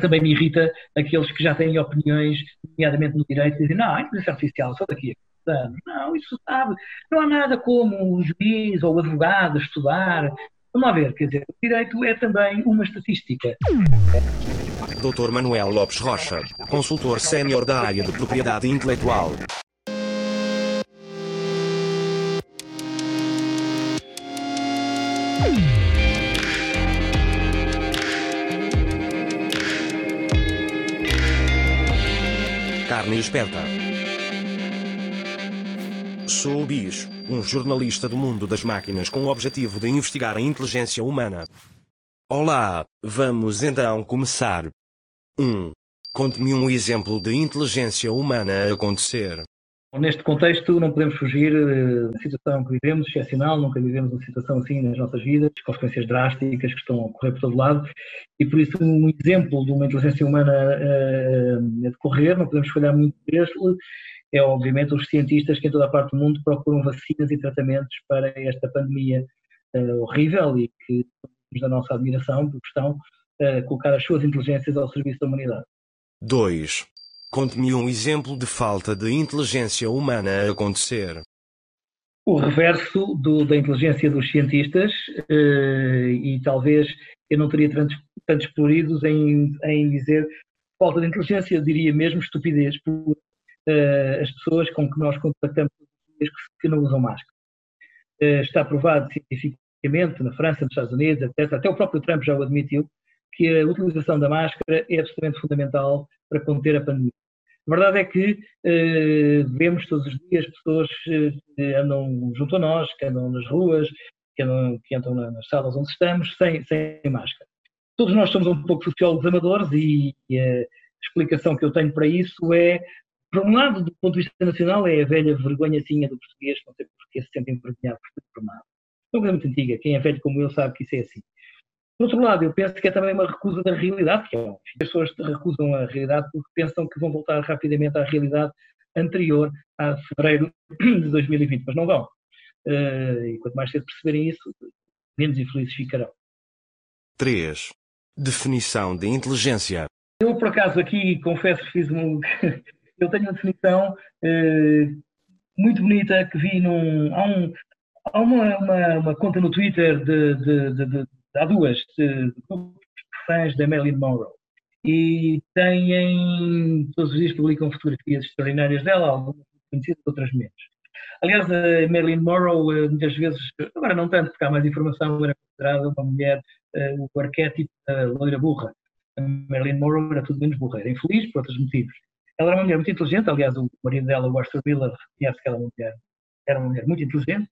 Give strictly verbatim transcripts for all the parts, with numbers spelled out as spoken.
também me irrita aqueles que já têm opiniões, nomeadamente no direito, e dizem, não, a inteligência artificial só daqui a anos. Não, isso sabe, não há nada como o juiz ou o advogado estudar. Vamos lá ver, quer dizer, o direito é também uma estatística. doutor Manuel Lopes Rocha, consultor sénior da área de propriedade intelectual. Carne esperta. Sou o Bicho, um jornalista do mundo das máquinas com o objetivo de investigar a inteligência humana. Olá, vamos então começar. um. Conte-me um exemplo de inteligência humana a acontecer. Neste contexto não podemos fugir da situação que vivemos, excepcional, nunca vivemos uma situação assim nas nossas vidas, consequências drásticas que estão a ocorrer por todo lado, e por isso um exemplo de uma inteligência humana a, a decorrer, não podemos falhar muito deste, é obviamente os cientistas que em toda a parte do mundo procuram vacinas e tratamentos para esta pandemia uh, horrível e que temos da nossa admiração porque estão a uh, colocar as suas inteligências ao serviço da humanidade. dois. Conte-me um exemplo de falta de inteligência humana a acontecer. O reverso do, da inteligência dos cientistas, uh, e talvez eu não teria tantos, tantos floridos em, em dizer falta de inteligência, eu diria mesmo estupidez por uh, as pessoas com que nós contactamos que, que não usam máscara. Uh, está provado cientificamente na França, nos Estados Unidos, etcétera, até o próprio Trump já o admitiu, que a utilização da máscara é absolutamente fundamental para conter a pandemia. A verdade é que eh, vemos todos os dias pessoas que eh, andam junto a nós, que andam nas ruas, que andam, que andam nas salas onde estamos, sem, sem máscara. Todos nós somos um pouco sociólogos amadores e, e a explicação que eu tenho para isso é, por um lado, do ponto de vista nacional, é a velha vergonhazinha do português, não sei porque se sentem envergonhados por nada. É uma coisa muito antiga, quem é velho como eu sabe que isso é assim. Por outro lado, eu penso que é também uma recusa da realidade, que é, as pessoas recusam a realidade porque pensam que vão voltar rapidamente à realidade anterior a fevereiro de dois mil e vinte, mas não vão. Uh, e quanto mais cedo perceberem isso, menos infelizes ficarão. três. Definição de inteligência. Eu, por acaso, aqui, confesso, fiz um... eu tenho uma definição uh, muito bonita que vi num... Há, um, há uma, uma, uma conta no Twitter de... de, de, de há duas de, de fãs da Marilyn Monroe e têm, todos os dias publicam fotografias extraordinárias dela, algumas conhecidas, outras menos. Aliás, a Marilyn Monroe muitas vezes, agora não tanto porque há mais informação, era considerada uma mulher, uh, o arquétipo da loira burra. A Marilyn Monroe era tudo menos burra, era infeliz por outros motivos. Ela era uma mulher muito inteligente, aliás o marido dela, o Arthur Miller, reconhece que ela era uma mulher, era uma mulher muito inteligente.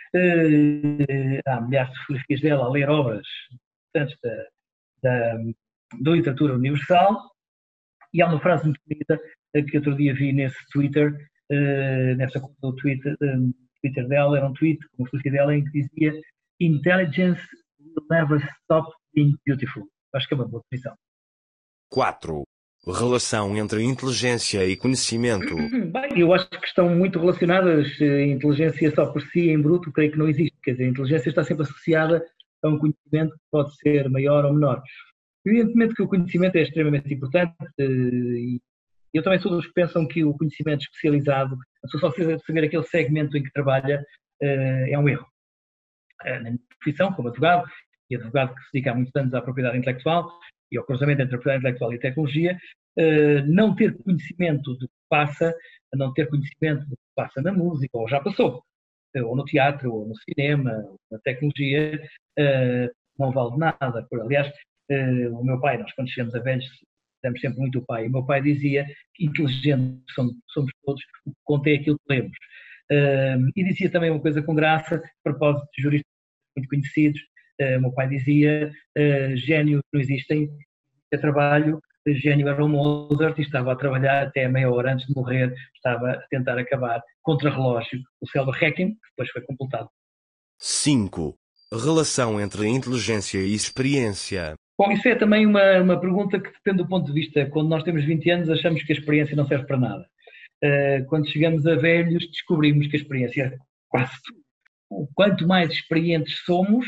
Uh, há milhares de fotografias dela a ler obras importantes da, da, da literatura universal e há uma frase muito bonita uh, que outro dia vi nesse Twitter, uh, nessa conta do Twitter, um, Twitter dela, era um tweet com uma fotografia dela em que dizia Intelligence will never stop being beautiful. Acho que é uma boa definição. quatro. Relação entre inteligência e conhecimento. Bem, eu acho que estão muito relacionadas. A inteligência só por si, em bruto, creio que não existe. Quer dizer, a inteligência está sempre associada a um conhecimento que pode ser maior ou menor. Evidentemente que o conhecimento é extremamente importante e eu também sou dos que pensam que o conhecimento especializado, a pessoa só precisa saber aquele segmento em que trabalha, é um erro. Na minha profissão, como advogado, e advogado que se dedica há muitos anos à propriedade intelectual, e ao cruzamento entre a propriedade intelectual e a tecnologia, uh, não ter conhecimento do que passa, não ter conhecimento do que passa na música, ou já passou, ou no teatro, ou no cinema, ou na tecnologia, uh, não vale nada. Aliás, uh, o meu pai, nós quando chegamos a velhos, damos sempre muito o pai, e o meu pai dizia que inteligentes somos, somos todos, o que conta é aquilo que lemos. Uh, e dizia também uma coisa com graça, a propósito de juristas muito conhecidos. Uh, o meu pai dizia, uh, gênio não existem, é trabalho, gênio era o Mozart e estava a trabalhar até meia hora antes de morrer, estava a tentar acabar contra relógio o Selva Hacking, que depois foi completado. cinco. Relação entre inteligência e experiência. Bom, isso é também uma, uma pergunta que depende do ponto de vista. Quando nós temos vinte anos achamos que a experiência não serve para nada. Uh, quando chegamos a velhos descobrimos que a experiência é quase tudo. Quanto mais experientes somos,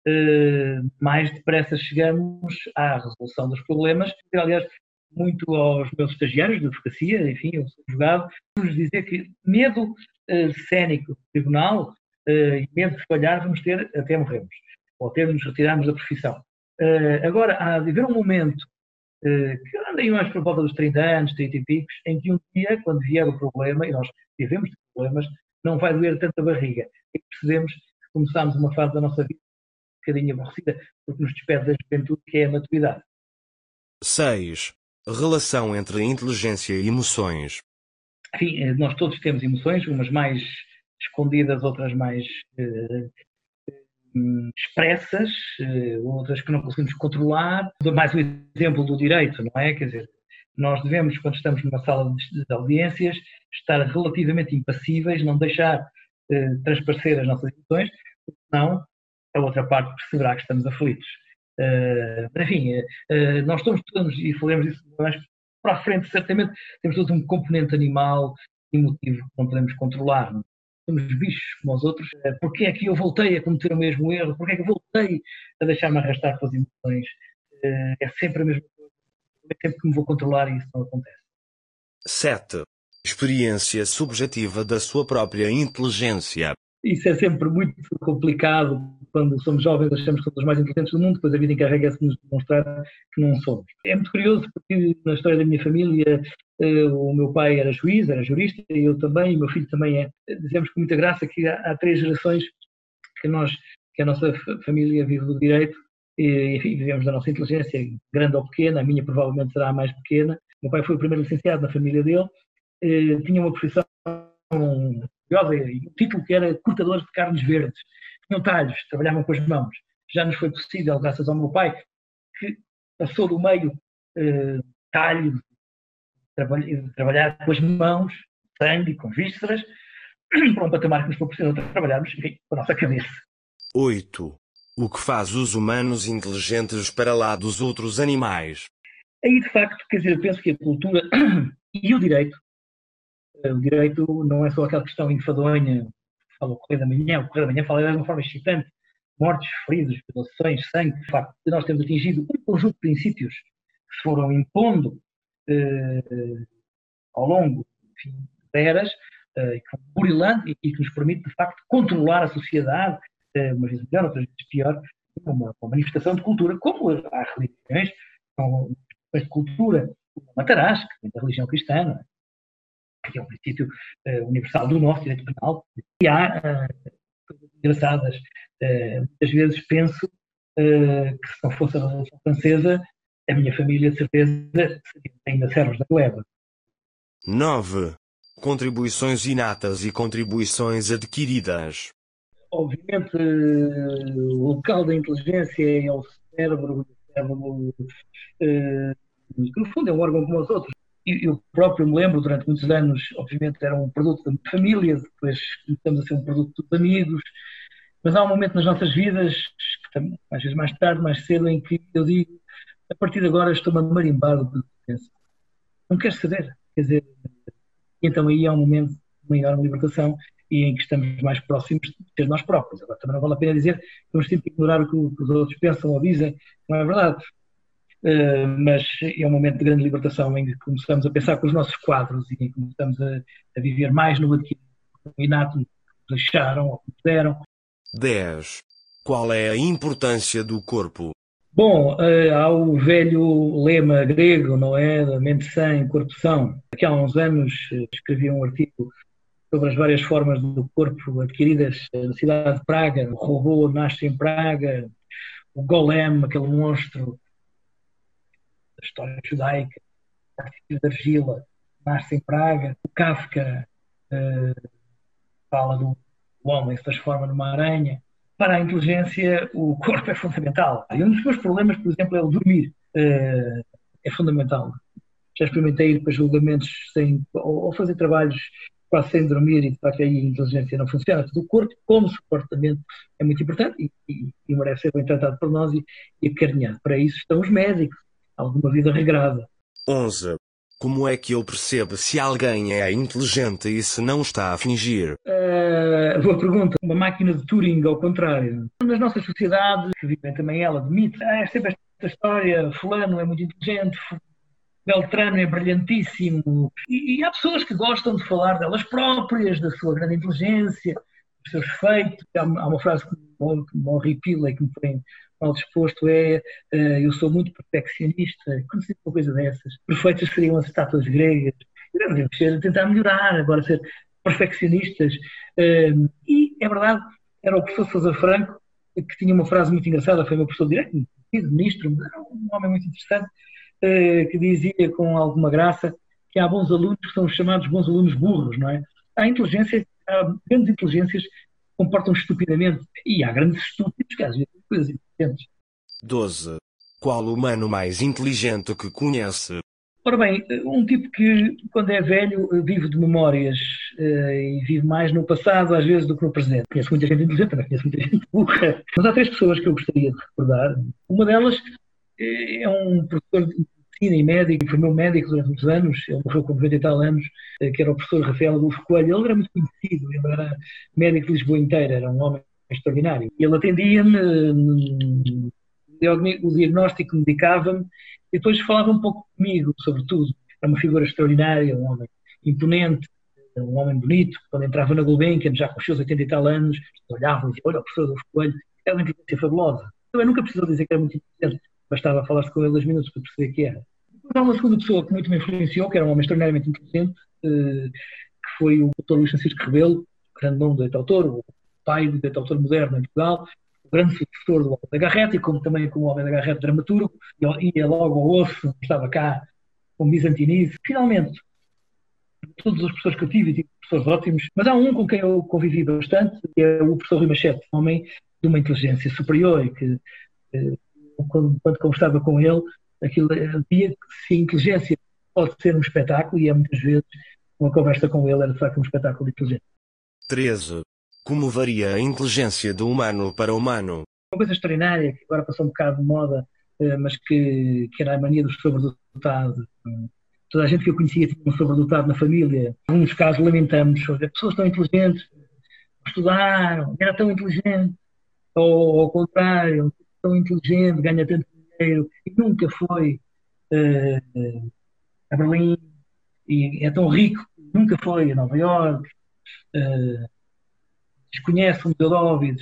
mais depressa chegamos à resolução dos problemas. Aliás, muito aos meus estagiários de advocacia, enfim, eu sou advogado, vamos dizer que medo cénico do tribunal e medo de falhar vamos ter até morrermos, ou até nos retirarmos da profissão. Agora, há de haver um momento que andem mais por volta dos trinta anos, trinta e picos, em que um dia, quando vier o problema, e nós vivemos de problemas, não vai doer tanta barriga. E percebemos que começámos uma fase da nossa vida um bocadinho aborrecida, porque nos despede da juventude, que é a maturidade. seis. Relação entre inteligência e emoções. Enfim, nós todos temos emoções, umas mais escondidas, outras mais eh, expressas, eh, outras que não conseguimos controlar. Mais o exemplo do direito, não é? Quer dizer, nós devemos, quando estamos numa sala de, de audiências, estar relativamente impassíveis, não deixar eh, transparecer as nossas emoções, porque senão a outra parte perceberá que estamos aflitos. Uh, enfim, uh, nós estamos todos, e falamos disso mais para a frente, certamente temos todos um componente animal emotivo que não podemos controlar. Não? Somos bichos como os outros. Uh, Porquê é que eu voltei a cometer o mesmo erro? Porquê é que eu voltei a deixar-me arrastar pelas emoções? Uh, é sempre a mesma coisa. É sempre que me vou controlar e isso não acontece. sete. Experiência subjetiva da sua própria inteligência. Isso é sempre muito complicado. Quando somos jovens achamos que somos os mais inteligentes do mundo, depois a vida encarrega-se de nos demonstrar que não somos. É muito curioso porque na história da minha família o meu pai era juiz, era jurista, e eu também, e o meu filho também é. Dizemos com muita graça que há, há três gerações que, nós, que a nossa família vive do direito, e enfim, vivemos da nossa inteligência, grande ou pequena. A minha provavelmente será a mais pequena. O meu pai foi o primeiro licenciado na família dele, tinha uma profissão curiosa, e o título que era cortador de carnes verdes. Tinham talhos, trabalhavam com as mãos. Já nos foi possível, graças ao meu pai, que passou do meio eh, talho, trabalhar, trabalhar com as mãos, sangue, com vísceras, para um patamar que nos proporcionou trabalharmos, enfim, com a nossa cabeça. oito. O que faz os humanos inteligentes para lá dos outros animais? Aí, de facto, quer dizer, eu penso que a cultura e o direito, o direito não é só aquela questão enfadonha, fala o Correio da Manhã, o Correio da Manhã fala de uma forma excitante, mortes, feridos, violações, sangue. De facto, nós temos atingido um conjunto de princípios que se foram impondo eh, ao longo, enfim, de eras, eh, que são burilantes e, e que nos permite, de facto, controlar a sociedade, eh, umas vezes melhor, outras vezes pior, uma, uma manifestação de cultura, como há religiões, são de cultura, como a Matarás, que é da religião cristã, que é um princípio uh, universal do nosso direito penal, e há uh, coisas engraçadas. Uh, muitas vezes penso uh, que se não fosse a Revolução Francesa, a minha família, de certeza, seria ainda servos da Gleba. nove. Contribuições inatas e contribuições adquiridas. Obviamente, uh, o local da inteligência é o cérebro, o cérebro uh, que no fundo é um órgão como os outros. Eu próprio me lembro, durante muitos anos, obviamente era um produto da minha família, depois começamos a ser um produto dos amigos, mas há um momento nas nossas vidas, às vezes mais tarde, mais cedo, em que eu digo, a partir de agora estou-me a marimbar de doença. Não quero saber, quer dizer, então aí há um momento de uma enorme libertação e em que estamos mais próximos de ser nós próprios. Agora também não vale a pena dizer que vamos sempre ignorar o que os outros pensam ou dizem, não é verdade. Uh, mas é um momento de grande libertação em que começamos a pensar com os nossos quadros e começamos a, a viver mais no adquirido, no inato, que nos deixaram ou que nos deram. dez. Qual é a importância do corpo? Bom, uh, há o velho lema grego, não é? Da mente sã, corpo são. Aqui há uns anos uh, escrevi um artigo sobre as várias formas do corpo adquiridas uh, na cidade de Praga. O robô nasce em Praga, o golem, aquele monstro da história judaica, a de argila, nasce em Praga. O Kafka uh, fala do homem se transforma numa aranha. Para a inteligência, o corpo é fundamental. E um dos meus problemas, por exemplo, é o dormir. Uh, é fundamental. Já experimentei ir para julgamentos sem, ou, ou fazer trabalhos quase sem dormir, e de facto aí a inteligência não funciona. O corpo, como suportamento, é muito importante e, e, e merece ser bem tratado por nós e, e acarinhado. Para isso estão os médicos. Alguma vida regrada. onze. Como é que eu percebo se alguém é inteligente e se não está a fingir? Uh, boa pergunta. Uma máquina de Turing, ao contrário. Nas nossas sociedades, que vivem também ela de mito, é sempre esta história, fulano é muito inteligente, Beltrano é brilhantíssimo. E, e há pessoas que gostam de falar delas próprias, da sua grande inteligência, dos seus feitos. Há, há uma frase que me horripila e que me põe mal disposto, é uh, eu sou muito perfeccionista. Quando se diz uma coisa dessas, perfeitas seriam as estátuas gregas. Devemos ser, tentar melhorar, agora ser perfeccionistas. Uh, e é verdade, era o professor Sousa Franco que tinha uma frase muito engraçada, foi o meu professor de Direito, ministro, um homem muito interessante, uh, que dizia com alguma graça que há bons alunos que são os chamados bons alunos burros, não é? Há inteligência, há grandes inteligências que se comportam estupidamente e há grandes estúpidos que às vezes coisas inteligentes. doze. Qual o humano mais inteligente que conhece? Ora bem, um tipo que, quando é velho, vive de memórias uh, e vive mais no passado, às vezes, do que no presente. Conheço muita gente inteligente, também conheço muita gente burra. Mas há três pessoas que eu gostaria de recordar. Uma delas é um professor de medicina e médico, foi meu médico durante muitos anos, ele morreu com noventa e tal anos, uh, que era o professor Rafael Adolfo Coelho. Ele era muito conhecido, ele era médico de Lisboa inteira, era um homem extraordinário. E ele atendia-me, uh, o diagnóstico medicava-me, e depois falava um pouco comigo sobre tudo. Era uma figura extraordinária, um homem imponente, um homem bonito. Quando entrava na Gulbenkian, já com os seus oitenta e tal anos, olhavam e diziam, olha, o professor Adolfo Coelho, era uma inteligência fabulosa. Eu nunca precisava dizer que era muito inteligente, bastava falar-se com ele dois minutos para perceber que era. Depois há uma segunda pessoa que muito me influenciou, que era um homem extraordinariamente inteligente, que foi o doutor Luís Francisco Rebelo, grande nome do direito autor, o pai do direito autor moderno em Portugal, o grande sucessor do Homem da Garrett, e como também como o Homem da Garrett dramaturgo, ia logo ao osso, estava cá com bizantinice. Finalmente, todos os professores que eu tive, tive professores ótimos, mas há um com quem eu convivi bastante, que é o professor Rui Machete, um homem de uma inteligência superior, e que quando, quando conversava com ele, aquilo via que se a inteligência pode ser um espetáculo, e é muitas vezes uma conversa com ele era de facto um espetáculo de inteligência. treze. Como varia a inteligência do humano para o humano? Uma coisa extraordinária, que agora passou um bocado de moda, mas que, que era a mania dos sobredotados. Toda a gente que eu conhecia tinha um sobredotado na família. Em alguns casos lamentamos, pessoas tão inteligentes, estudaram, era tão inteligente, ou ao contrário, tão inteligente, ganha tanto dinheiro, e nunca foi uh, a Berlim, e é tão rico, nunca foi a Nova Iorque, uh, desconhece o Museu de Óbidos,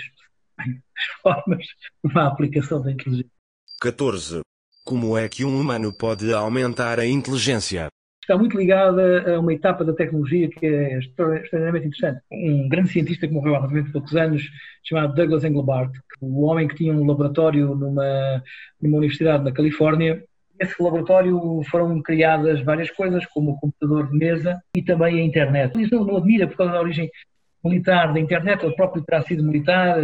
as formas de uma aplicação da inteligência. catorze. Como é que um humano pode aumentar a inteligência? Está muito ligada a uma etapa da tecnologia que é extremamente interessante. Um grande cientista que morreu há noventa e poucos anos, chamado Douglas Engelbart, o homem que tinha um laboratório numa, numa universidade na Califórnia. Nesse laboratório foram criadas várias coisas, como o computador de mesa e também a internet. Isso não, não admira por causa da origem militar da internet, ele próprio terá sido militar,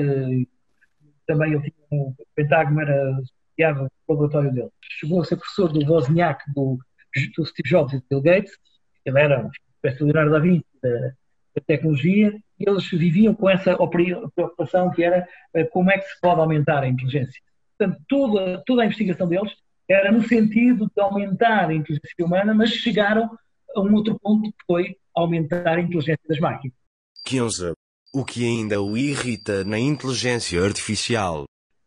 também ele tinha um Pentágono, era guiado o laboratório dele. Chegou a ser professor do Wozniak, do, do Steve Jobs e do Bill Gates. Ele era uma espécie de Leonardo da Vinci da, da tecnologia, e eles viviam com essa preocupação que era como é que se pode aumentar a inteligência. Portanto, toda, toda a investigação deles era no sentido de aumentar a inteligência humana, mas chegaram a um outro ponto que foi aumentar a inteligência das máquinas. quinze. O que ainda o irrita na inteligência artificial?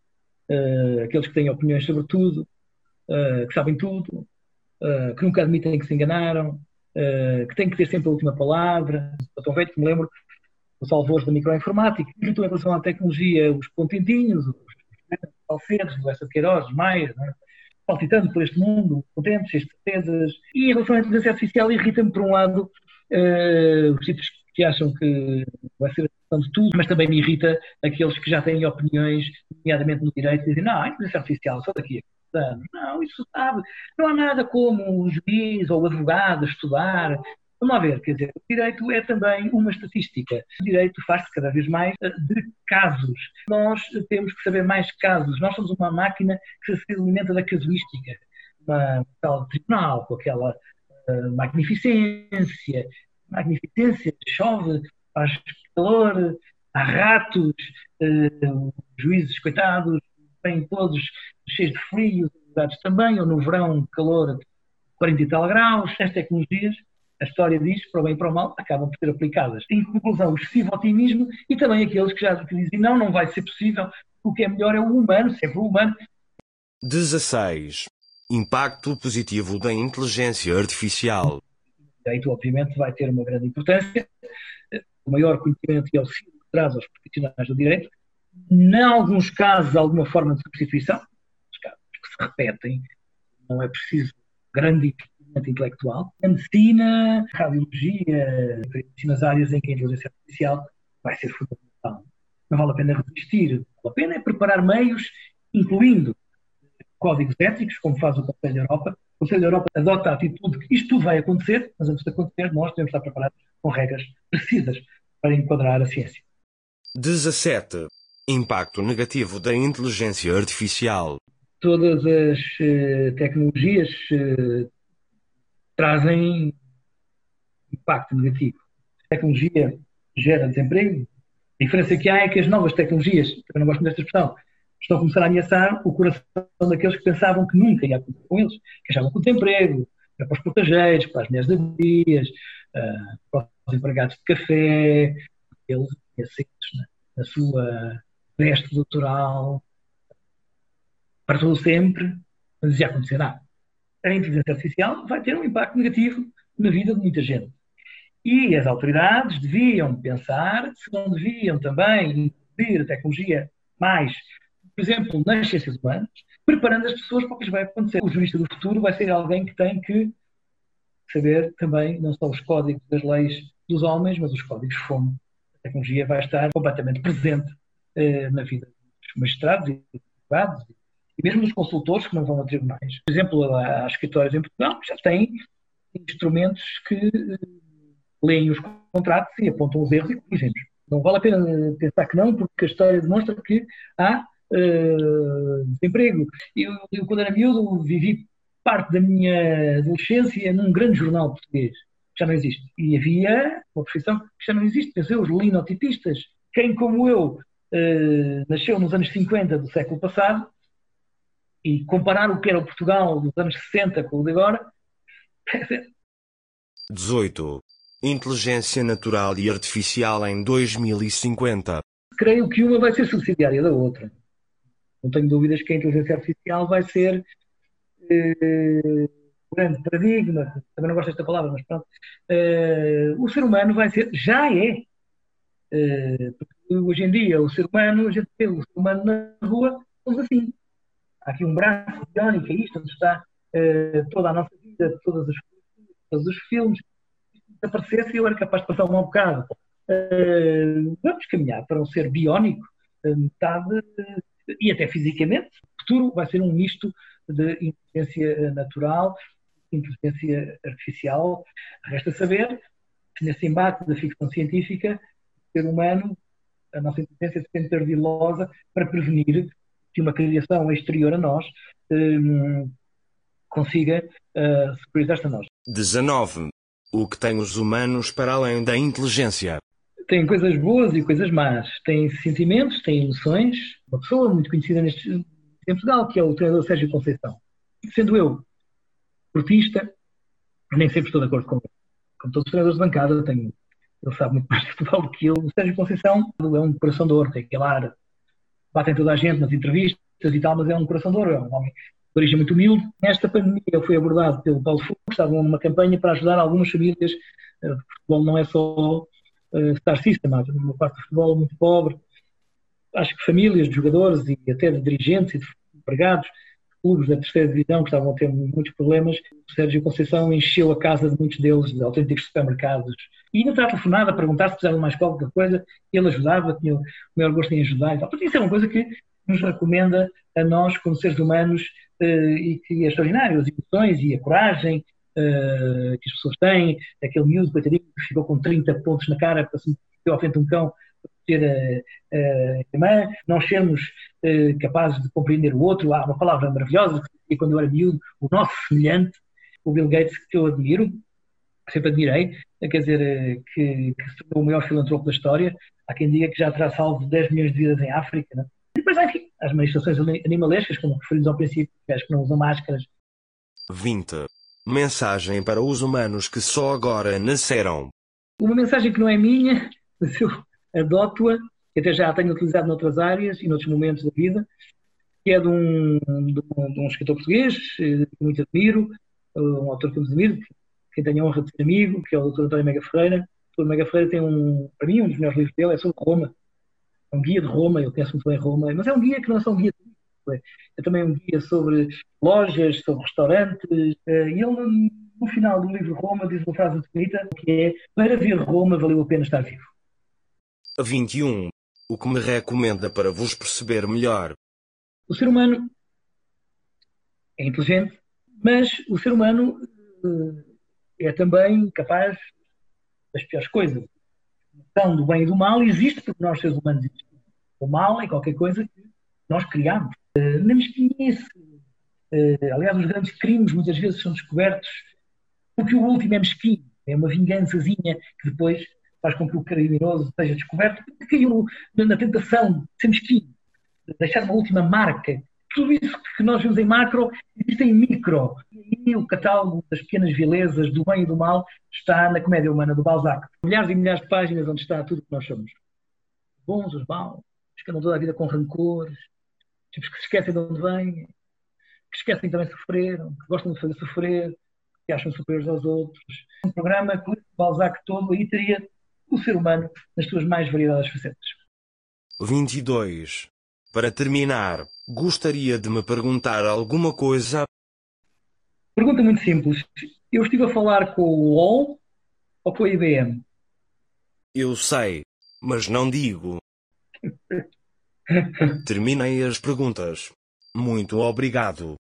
Uh, aqueles que têm opiniões sobre tudo, uh, que sabem tudo, uh, que nunca admitem que se enganaram, uh, que têm que ter sempre a última palavra. Eu estou velho que me lembro dos salvadores da microinformática, que em relação à tecnologia, os pontintinhos, os Alcedes, o Lessa de Queiroz, os Maias, é? Palpitando por este mundo, contentes, cheios de certezas. E em relação à inteligência artificial, irrita-me, por um lado, uh, os tipos que acham que vai ser a solução de tudo, mas também me irrita aqueles que já têm opiniões, nomeadamente no direito, e dizem, não, a inteligência artificial só daqui a anos. Não, isso sabe. Não há nada como o juiz ou o advogado estudar. Vamos lá ver, quer dizer, o direito é também uma estatística. O direito faz-se cada vez mais de casos. Nós temos que saber mais casos. Nós somos uma máquina que se alimenta da casuística. Uma tal tribunal, com aquela uh, magnificência, magnificência, chove, faz calor, há ratos, uh, juízes, coitados, vêm todos cheios de frio, também, ou no verão, calor quarenta e tal graus. As tecnologias, a história diz, para o bem e para o mal, acabam por ser aplicadas. Em conclusão, o excessivo otimismo e também aqueles que já dizem não, não vai ser possível, o que é melhor é o humano, sempre o humano. dezasseis. Impacto positivo da inteligência artificial. Aí tu, obviamente, vai ter uma grande importância. O maior conhecimento e auxílio que traz aos profissionais do direito, em alguns casos, alguma forma de substituição, os casos que se repetem, não é preciso grande conhecimento intelectual. A medicina, a radiologia, nas áreas em que a inteligência artificial vai ser fundamental. Não vale a pena resistir, vale a pena é preparar meios, incluindo códigos éticos, como faz o Conselho da Europa. O Conselho da Europa adota a atitude que isto tudo vai acontecer, mas antes de acontecer, nós temos de estar preparados com regras precisas para enquadrar a ciência. dezassete. Impacto negativo da inteligência artificial. Todas as uh, tecnologias uh, trazem impacto negativo. A tecnologia gera desemprego. A diferença que há é que as novas tecnologias, também não gosto desta expressão, estão a começar a ameaçar o coração daqueles que pensavam que nunca ia acontecer com eles, que achavam que o desemprego era para os portageiros, para as mulheres de dias, uh, para os empregados de café, eles aceitos na, na sua veste doutoral, para todo sempre, mas ia acontecer nada. A inteligência artificial vai ter um impacto negativo na vida de muita gente. E as autoridades deviam pensar se não deviam também incluir a tecnologia mais, por exemplo, nas ciências humanas, preparando as pessoas para o que lhes vai acontecer. O jurista do futuro vai ser alguém que tem que saber também não só os códigos das leis dos homens, mas os códigos de fonte. A tecnologia vai estar completamente presente eh, na vida dos magistrados e dos advogados e mesmo dos consultores que não vão a tribunais. Por exemplo, há escritórios em Portugal que já têm instrumentos que eh, leem os contratos e apontam os erros e corrigem-nos. Não vale a pena pensar que não, porque a história demonstra que há uh, desemprego. Eu, eu, quando era miúdo, vivi parte da minha adolescência num grande jornal português, que já não existe. E havia uma profissão que já não existe, quer dizer, os linotipistas. Quem, como eu, uh, nasceu nos anos cinquenta do século passado, e comparar o que era o Portugal dos anos sessenta com o de agora... dezoito. Inteligência natural e artificial em dois mil e cinquenta. Creio que uma vai ser subsidiária da outra. Não tenho dúvidas que a inteligência artificial vai ser eh, um grande paradigma, também não gosto desta palavra, mas pronto. Eh, o ser humano vai ser, já é. Eh, porque hoje em dia, o ser humano, a gente vê o ser humano na rua, somos assim. Há aqui um braço biónico, é isto, onde está eh, toda a nossa vida, todas as coisas, todos os filmes. Se aparecesse, eu era capaz de passar um mau bocado. Uh, vamos caminhar para um ser biónico, uh, metade, uh, e até fisicamente. O futuro vai ser um misto de inteligência natural e inteligência artificial. Resta saber que nesse embate da ficção científica, o ser humano, a nossa inteligência se tem ter ardilosa para prevenir que uma criação exterior a nós um, consiga uh, superiorizar-se a nós. dezanove. O que tem os humanos para além da inteligência? Tem coisas boas e coisas más. Tem sentimentos, tem emoções. Uma pessoa muito conhecida neste, em Portugal, que é o treinador Sérgio Conceição. Sendo eu portista, nem sempre estou de acordo com ele. Como todos os treinadores de bancada, tenho, ele sabe muito mais de futebol do que eu. O Sérgio Conceição é um coração de ouro, tem aquele ar, batem toda a gente nas entrevistas e tal, mas é um coração de ouro, é um homem de origem muito humilde. Nesta pandemia ele foi abordado pelo Paulo Fuchs, estavam numa campanha para ajudar algumas famílias. O futebol não é só uh, Star System, há uma parte do futebol muito pobre. Acho que famílias de jogadores e até de dirigentes e de empregados, clubes da terceira divisão que estavam a ter muitos problemas, o Sérgio Conceição encheu a casa de muitos deles, de autênticos supermercados. E ainda estava telefonado a perguntar se precisavam de mais qualquer coisa, ele ajudava, tinha o maior gosto em ajudar. Portanto, isso é uma coisa que nos recomenda a nós, como seres humanos, Uh, e que é extraordinário, as emoções e a coragem uh, que as pessoas têm, aquele miúdo coitadinho que ficou com trinta pontos na cara para se meter ao frente de um cão para ter a, a irmã, nós sermos uh, capazes de compreender o outro. Há uma palavra maravilhosa que dizia quando eu era miúdo, o nosso semelhante, o Bill Gates, que eu admiro, sempre admirei, quer dizer, que, que se tornou o maior filantropo da história. Há quem diga que já terá salvo dez milhões de vidas em África, não? E depois, enfim, as manifestações animalescas, como referimos ao princípio, que acho que não usam máscaras. vinte. Mensagem para os humanos que só agora nasceram. Uma mensagem que não é minha, mas eu adoto-a, que até já a tenho utilizado noutras áreas e noutros momentos da vida, que é de um, de um, de um escritor português, que muito admiro, um autor que eu admiro, que tenho a honra de ser amigo, que é o doutor António Mega Ferreira. O doutor Mega Ferreira tem, um, para mim, um dos melhores livros dele, é sobre Roma. É um guia de Roma, eu conheço muito bem Roma, mas é um guia que não é só um guia de Roma, é também um guia sobre lojas, sobre restaurantes, e ele, no final do livro Roma, diz uma frase muito bonita, que é: para ver Roma valeu a pena estar vivo. vinte e um. O que me recomenda para vos perceber melhor? O ser humano é inteligente, mas o ser humano é também capaz das piores coisas. A noção do bem e do mal existe porque nós, seres humanos, existimos. O mal é qualquer coisa que nós criamos. Na mesquinhice, aliás, os grandes crimes muitas vezes são descobertos porque o último é mesquinho, é uma vingançazinha que depois faz com que o criminoso seja descoberto porque caiu na tentação de ser mesquinho, de deixar uma última marca. Tudo isso que nós vemos em macro existe em micro. E o catálogo das pequenas vilezas do bem e do mal está na Comédia Humana do Balzac. Milhares e milhares de páginas onde está tudo o que nós somos. Os bons, os maus, os que andam toda a vida com rancores, tipos que se esquecem de onde vêm, que esquecem também de sofrer, que gostam de fazer sofrer, que acham superiores aos outros. Um programa que o Balzac todo aí teria o ser humano nas suas mais variadas facetas. vinte e dois. Para terminar, gostaria de me perguntar alguma coisa? Pergunta muito simples. Eu estive a falar com o U O L ou com a I B M? Eu sei, mas não digo. Terminei as perguntas. Muito obrigado.